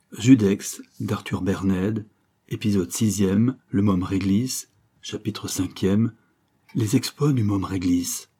Judex d'Arthur Bernède, épisode 6e, le môme réglisse, chapitre 5e, les exploits du môme réglisse.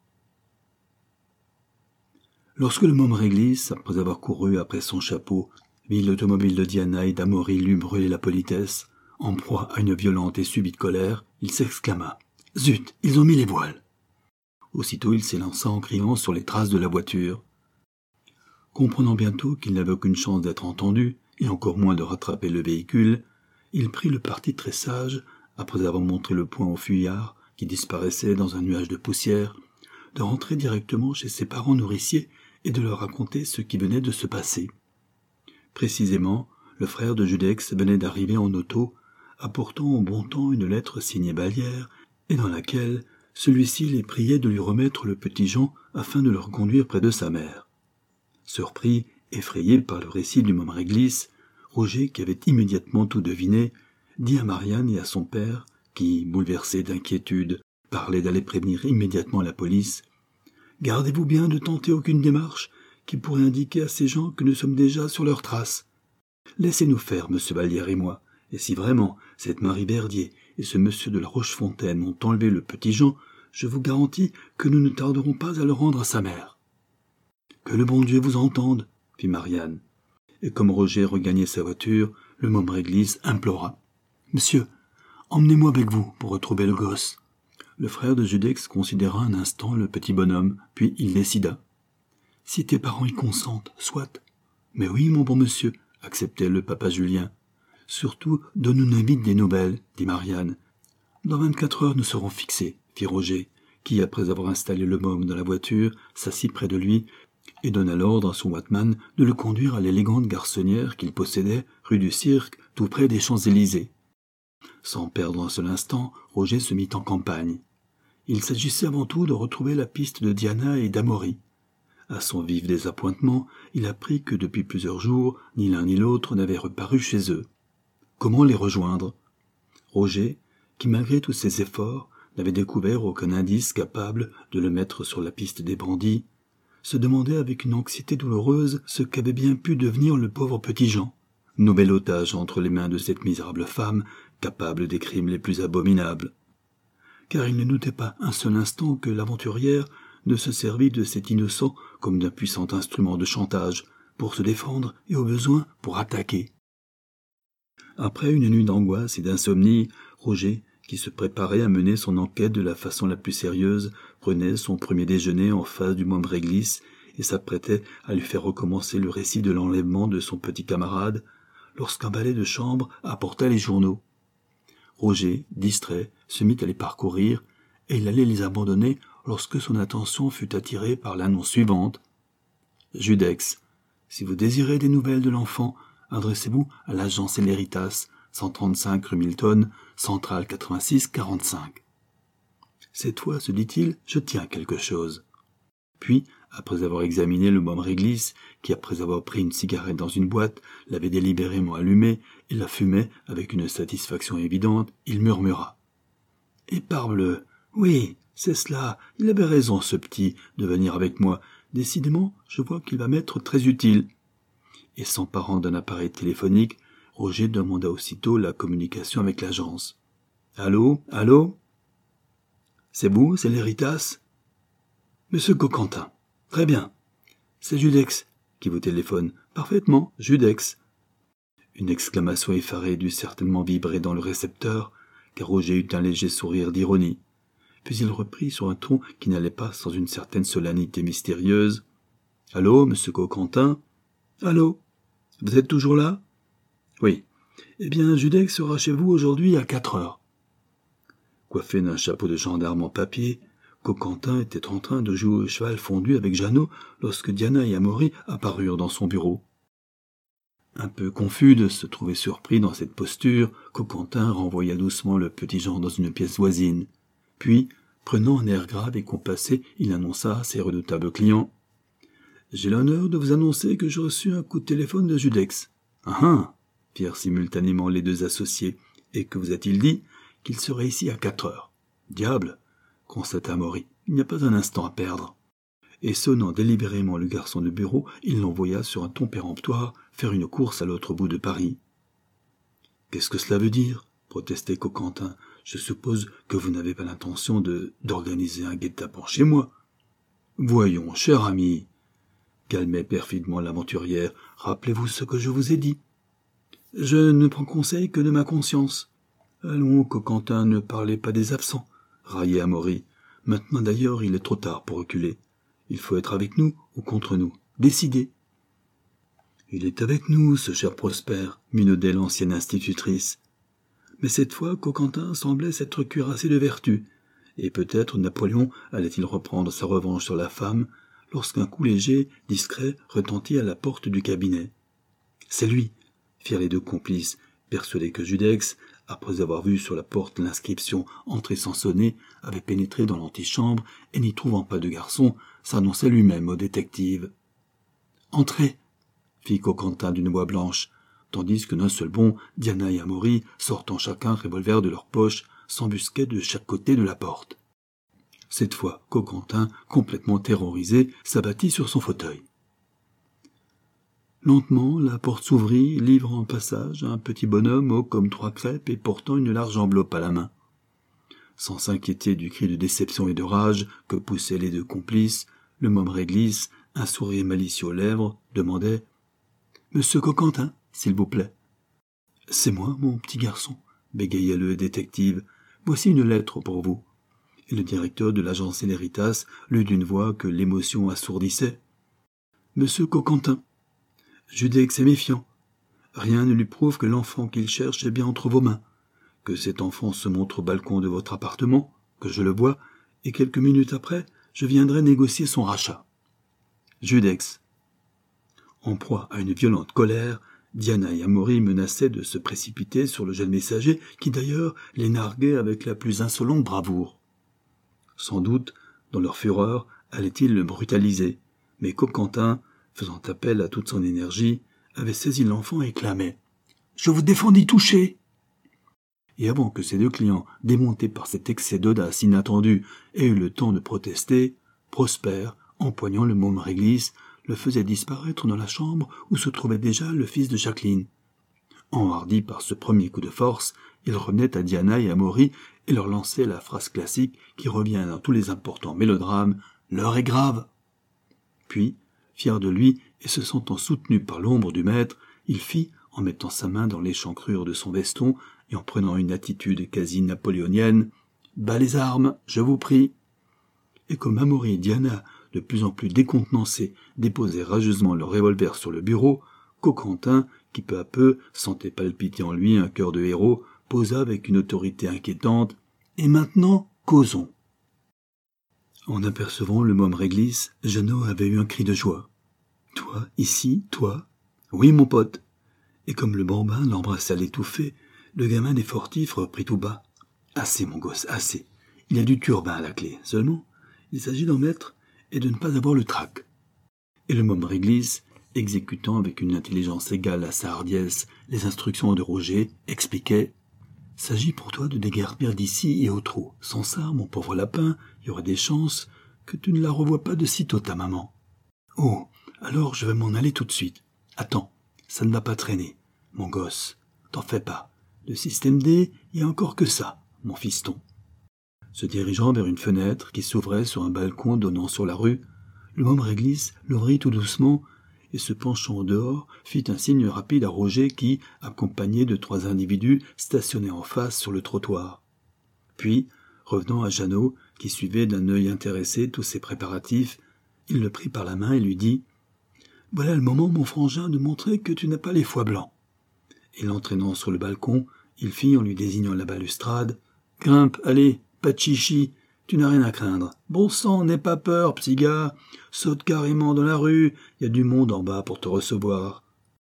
Lorsque le môme réglisse, après avoir couru après son chapeau, vit l'automobile de Diana et d'Amaury lui brûler la politesse, en proie à une violente et subite colère, il s'exclama « Zut, ils ont mis les voiles !» Aussitôt il s'élança en criant sur les traces de la voiture. Comprenant bientôt qu'il n'avait aucune chance d'être entendu, et encore moins de rattraper le véhicule, il prit le parti très sage, après avoir montré le poing au fuyard, qui disparaissait dans un nuage de poussière, de rentrer directement chez ses parents nourriciers et de leur raconter ce qui venait de se passer. Précisément, le frère de Judex venait d'arriver en auto, apportant en bon temps une lettre signée Ballière, et dans laquelle celui-ci les priait de lui remettre le petit Jean afin de le reconduire près de sa mère. Surpris, effrayé par le récit du môme réglisse, Roger, qui avait immédiatement tout deviné, dit à Marianne et à son père, qui, bouleversés d'inquiétude, parlaient d'aller prévenir immédiatement la police, « Gardez-vous bien de tenter aucune démarche qui pourrait indiquer à ces gens que nous sommes déjà sur leurs traces. Laissez-nous faire, monsieur Ballière et moi, et si vraiment cette Marie Verdier et ce monsieur de la Rochefontaine m'ont enlevé le petit Jean, je vous garantis que nous ne tarderons pas à le rendre à sa mère. » « Que le bon Dieu vous entende, » fit Marianne. Et comme Roger regagnait sa voiture, le môme réglisse implora. « Monsieur, emmenez-moi avec vous pour retrouver le gosse. » Le frère de Judex considéra un instant le petit bonhomme, puis il décida. « Si tes parents y consentent, soit. »« Mais oui, mon bon monsieur, » acceptait le papa Julien. « Surtout, donne-nous vite des nouvelles, » dit Marianne. « Dans 24 heures, nous serons fixés, » fit Roger, qui, après avoir installé le môme dans la voiture, s'assit près de lui et donna l'ordre à son watman de le conduire à l'élégante garçonnière qu'il possédait, rue du Cirque, tout près des Champs-Élysées. Sans perdre un seul instant, Roger se mit en campagne. Il s'agissait avant tout de retrouver la piste de Diana et d'Amaury. À son vif désappointement, il apprit que depuis plusieurs jours, ni l'un ni l'autre n'avaient reparu chez eux. Comment les rejoindre ? Roger, qui malgré tous ses efforts, n'avait découvert aucun indice capable de le mettre sur la piste des bandits, se demandait avec une anxiété douloureuse ce qu'avait bien pu devenir le pauvre petit Jean, nouvel otage entre les mains de cette misérable femme, capable des crimes les plus abominables. Car il ne doutait pas un seul instant que l'aventurière ne se servit de cet innocent comme d'un puissant instrument de chantage, pour se défendre et au besoin pour attaquer. Après une nuit d'angoisse et d'insomnie, Roger, qui se préparait à mener son enquête de la façon la plus sérieuse, prenait son premier déjeuner en face du môme réglisse et s'apprêtait à lui faire recommencer le récit de l'enlèvement de son petit camarade, lorsqu'un valet de chambre apporta les journaux. Roger, distrait, se mit à les parcourir, et il allait les abandonner lorsque son attention fut attirée par l'annonce suivante. « Judex, si vous désirez des nouvelles de l'enfant, adressez-vous à l'agence Céléritas, 135 rue Milton, centrale 86-45. » Cette fois, se dit-il, je tiens quelque chose. Puis, après avoir examiné le môme réglisse, qui après avoir pris une cigarette dans une boîte, l'avait délibérément allumée et la fumait avec une satisfaction évidente, il murmura. « Et parbleu, oui, c'est cela, il avait raison ce petit de venir avec moi. Décidément, je vois qu'il va m'être très utile. » Et s'emparant d'un appareil téléphonique, Roger demanda aussitôt la communication avec l'agence. « Allô, allô ? C'est vous, c'est l'Héritas ? Monsieur Coquentin. Très bien. C'est Judex qui vous téléphone. Parfaitement, Judex. » Une exclamation effarée dut certainement vibrer dans le récepteur, car Roger eut un léger sourire d'ironie. Puis il reprit sur un ton qui n'allait pas sans une certaine solennité mystérieuse. « Allô, monsieur Coquentin ? Allô ? Vous êtes toujours là ? Oui. Eh bien, Judex sera chez vous aujourd'hui à 4 heures. » Coiffé d'un chapeau de gendarme en papier, Coquentin était en train de jouer au cheval fondu avec Jeannot lorsque Diana et Amaury apparurent dans son bureau. Un peu confus de se trouver surpris dans cette posture, Coquentin renvoya doucement le petit Jean dans une pièce voisine. Puis, prenant un air grave et compassé, il annonça à ses redoutables clients. « J'ai l'honneur de vous annoncer que j'ai reçu un coup de téléphone de Judex. »« Ah ah !» firent simultanément les deux associés. « Et que vous a-t-il dit ? » Qu'il serait ici à 4 heures. « Diable !» constata Amaury. « Il n'y a pas un instant à perdre. » Et sonnant délibérément le garçon de bureau, il l'envoya sur un ton péremptoire, faire une course à l'autre bout de Paris. « Qu'est-ce que cela veut dire ?» protestait Coquentin. « Je suppose que vous n'avez pas l'intention d'organiser un guet-apens chez moi. »« Voyons, cher ami, » calmait perfidement l'aventurière, « rappelez-vous ce que je vous ai dit. Je ne prends conseil que de ma conscience. »« Allons, Coquentin, ne parlez pas des absents, » raillait Amaury. « Maintenant d'ailleurs, il est trop tard pour reculer. Il faut être avec nous ou contre nous. Décidez. » « Il est avec nous, ce cher Prosper, » minaudait l'ancienne institutrice. Mais cette fois, Coquentin semblait s'être cuirassé de vertu, et peut-être Napoléon allait-il reprendre sa revanche sur la femme, lorsqu'un coup léger, discret, retentit à la porte du cabinet. « C'est lui !» firent les deux complices, persuadés que Judex, après avoir vu sur la porte l'inscription « Entrée sans sonner », avait pénétré dans l'antichambre et, n'y trouvant pas de garçon, s'annonçait lui-même au détective. « Entrez !» fit Coquentin d'une voix blanche, tandis que d'un seul bond, Diana et Amaury, sortant chacun revolver de leur poche, s'embusquaient de chaque côté de la porte. Cette fois, Coquentin, complètement terrorisé, s'abattit sur son fauteuil. Lentement, la porte s'ouvrit, livrant en passage un petit bonhomme haut comme 3 crêpes et portant une large enveloppe à la main. Sans s'inquiéter du cri de déception et de rage que poussaient les deux complices, le môme Réglisse, un sourire malicieux aux lèvres, demandait « Monsieur Coquentin, s'il vous plaît. »« C'est moi, mon petit garçon, » bégayait le détective. « Voici une lettre pour vous. » Et le directeur de l'agence Céléritas lut d'une voix que l'émotion assourdissait. « Monsieur Coquentin, Judex est méfiant. Rien ne lui prouve que l'enfant qu'il cherche est bien entre vos mains, que cet enfant se montre au balcon de votre appartement, que je le vois, et quelques minutes après, je viendrai négocier son rachat. Judex. » En proie à une violente colère, Diana et Amaury menaçaient de se précipiter sur le jeune messager qui d'ailleurs les narguait avec la plus insolente bravoure. Sans doute, dans leur fureur, allaient-ils le brutaliser, mais Coquentin, faisant appel à toute son énergie, avait saisi l'enfant et clamait « Je vous défends d'y toucher !» Et avant que ses deux clients, démontés par cet excès d'audace inattendu, aient eu le temps de protester, Prosper, empoignant le môme Réglisse, le faisait disparaître dans la chambre où se trouvait déjà le fils de Jacqueline. Enhardi par ce premier coup de force, il revenait à Diana et à Amaury et leur lançait la phrase classique qui revient dans tous les importants mélodrames « L'heure est grave !» Puis, fier de lui et se sentant soutenu par l'ombre du maître, il fit, en mettant sa main dans l'échancrure de son veston et en prenant une attitude quasi napoléonienne « Bas les armes, je vous prie !» Et comme Amaury et Diana, de plus en plus décontenancés, déposaient rageusement leur revolver sur le bureau, Coquentin, qui peu à peu sentait palpiter en lui un cœur de héros, posa avec une autorité inquiétante « Et maintenant, causons !» En apercevant le môme Réglisse, Jeannot avait eu un cri de joie. « Toi, ici, toi ?»« Oui, mon pote. » Et comme le bambin l'embrassa l'étouffé, le gamin des fortifs reprit tout bas. « Assez, mon gosse, assez. Il y a du turbin à la clé. Seulement, il s'agit d'en mettre et de ne pas avoir le trac. » Et le môme Réglisse, exécutant avec une intelligence égale à sa hardiesse les instructions de Roger, expliquait « S'agit pour toi de déguerpir d'ici et au trot. Sans ça, mon pauvre lapin, il y aurait des chances que tu ne la revoies pas de sitôt ta maman. Oh, alors je vais m'en aller tout de suite. Attends, ça ne va pas traîner. Mon gosse, t'en fais pas. Le système D, il y a encore que ça, mon fiston. » Se dirigeant vers une fenêtre qui s'ouvrait sur un balcon donnant sur la rue, le môme Réglisse l'ouvrit tout doucement et se penchant au dehors, fit un signe rapide à Roger qui, accompagné de 3 individus, stationnait en face sur le trottoir. Puis, revenant à Jeannot, qui suivait d'un œil intéressé tous ces préparatifs, il le prit par la main et lui dit « Voilà le moment, mon frangin, de montrer que tu n'as pas les foies blancs. » Et l'entraînant sur le balcon, il fit, en lui désignant la balustrade « Grimpe, allez, pas de chichi, tu n'as rien à craindre. Bon sang, n'aie pas peur, petit gars. Saute carrément dans la rue, il y a du monde en bas pour te recevoir. »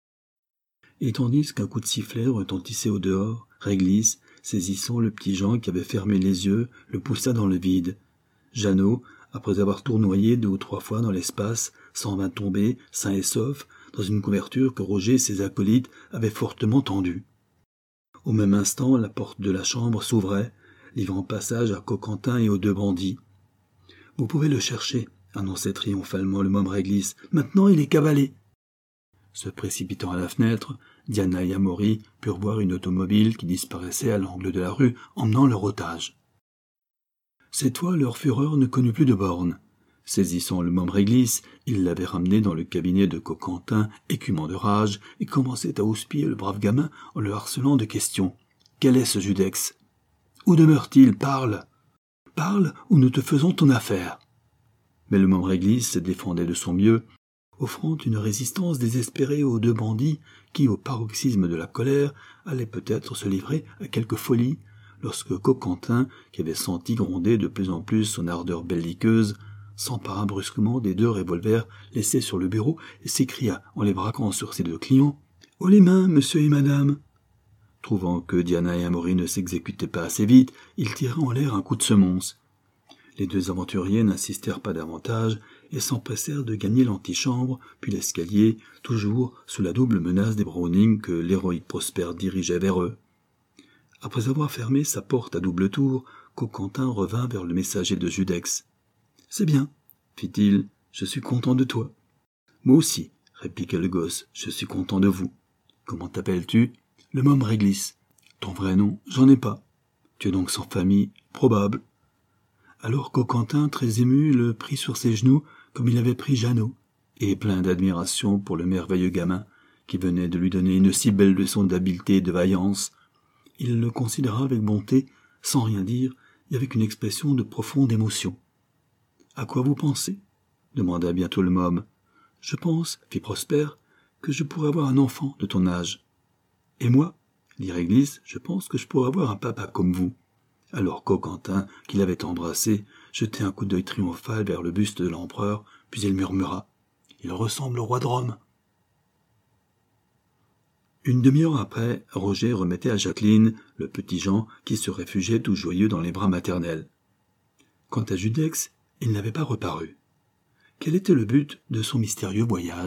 Et tandis qu'un coup de sifflet retentissait au dehors, Réglisse, saisissant le petit Jean qui avait fermé les yeux, le poussa dans le vide. Jeannot, après avoir tournoyé 2 ou 3 fois dans l'espace, s'en vint tomber, sain et sauf, dans une couverture que Roger et ses acolytes avaient fortement tendue. Au même instant, la porte de la chambre s'ouvrait, livrant passage à Coquentin et aux 2 bandits. « Vous pouvez le chercher, » annonçait triomphalement le môme Réglisse. « Maintenant, il est cavalé. » Se précipitant à la fenêtre, Diana et Amaury purent voir une automobile qui disparaissait à l'angle de la rue, emmenant leur otage. Cette fois, leur fureur ne connut plus de bornes. Saisissant le môme réglisse, ils l'avaient ramené dans le cabinet de Coquentin, écumant de rage, et commençaient à houspiller le brave gamin en le harcelant de questions. « Quel est ce Judex ? Où demeure-t-il ? Parle ! Parle, ou nous te faisons ton affaire !» Mais le môme réglisse se défendait de son mieux, offrant une résistance désespérée aux deux bandits qui, au paroxysme de la colère, allaient peut-être se livrer à quelque folie, lorsque Coquentin, qui avait senti gronder de plus en plus son ardeur belliqueuse, s'empara brusquement des 2 revolvers laissés sur le bureau et s'écria, en les braquant sur ses 2 clients, « Haut les mains, monsieur et madame !» Trouvant que Diana et Amaury ne s'exécutaient pas assez vite, il tira en l'air un coup de semonce. Les 2 aventuriers n'insistèrent pas davantage et s'empressèrent de gagner l'antichambre, puis l'escalier, toujours sous la double menace des Browning que l'héroïque Prosper dirigeait vers eux. Après avoir fermé sa porte à double tour, Coquentin revint vers le messager de Judex. « C'est bien, fit-il, je suis content de toi. »« Moi aussi, répliqua le gosse, je suis content de vous. Comment t'appelles-tu ? » ?»« Le môme réglisse. »« Ton vrai nom ? J'en ai pas. »« Tu es donc sans famille ? » ?»« Probable. » Alors Coquentin, très ému, le prit sur ses genoux comme il avait pris Jeannot, et plein d'admiration pour le merveilleux gamin qui venait de lui donner une si belle leçon d'habileté et de vaillance, il le considéra avec bonté, sans rien dire, et avec une expression de profonde émotion. « À quoi vous pensez ?» demanda bientôt le môme. « Je pense, fit Prosper, que je pourrais avoir un enfant de ton âge. »« Et moi, dit Réglisse, je pense que je pourrais avoir un papa comme vous. » Alors Coquentin, qui l'avait embrassé, jetait un coup d'œil triomphal vers le buste de l'empereur, puis il murmura « Il ressemble au roi de Rome. » Une demi-heure après, Roger remettait à Jacqueline le petit Jean qui se réfugiait tout joyeux dans les bras maternels. Quant à Judex, il n'avait pas reparu. Quel était le but de son mystérieux voyage ?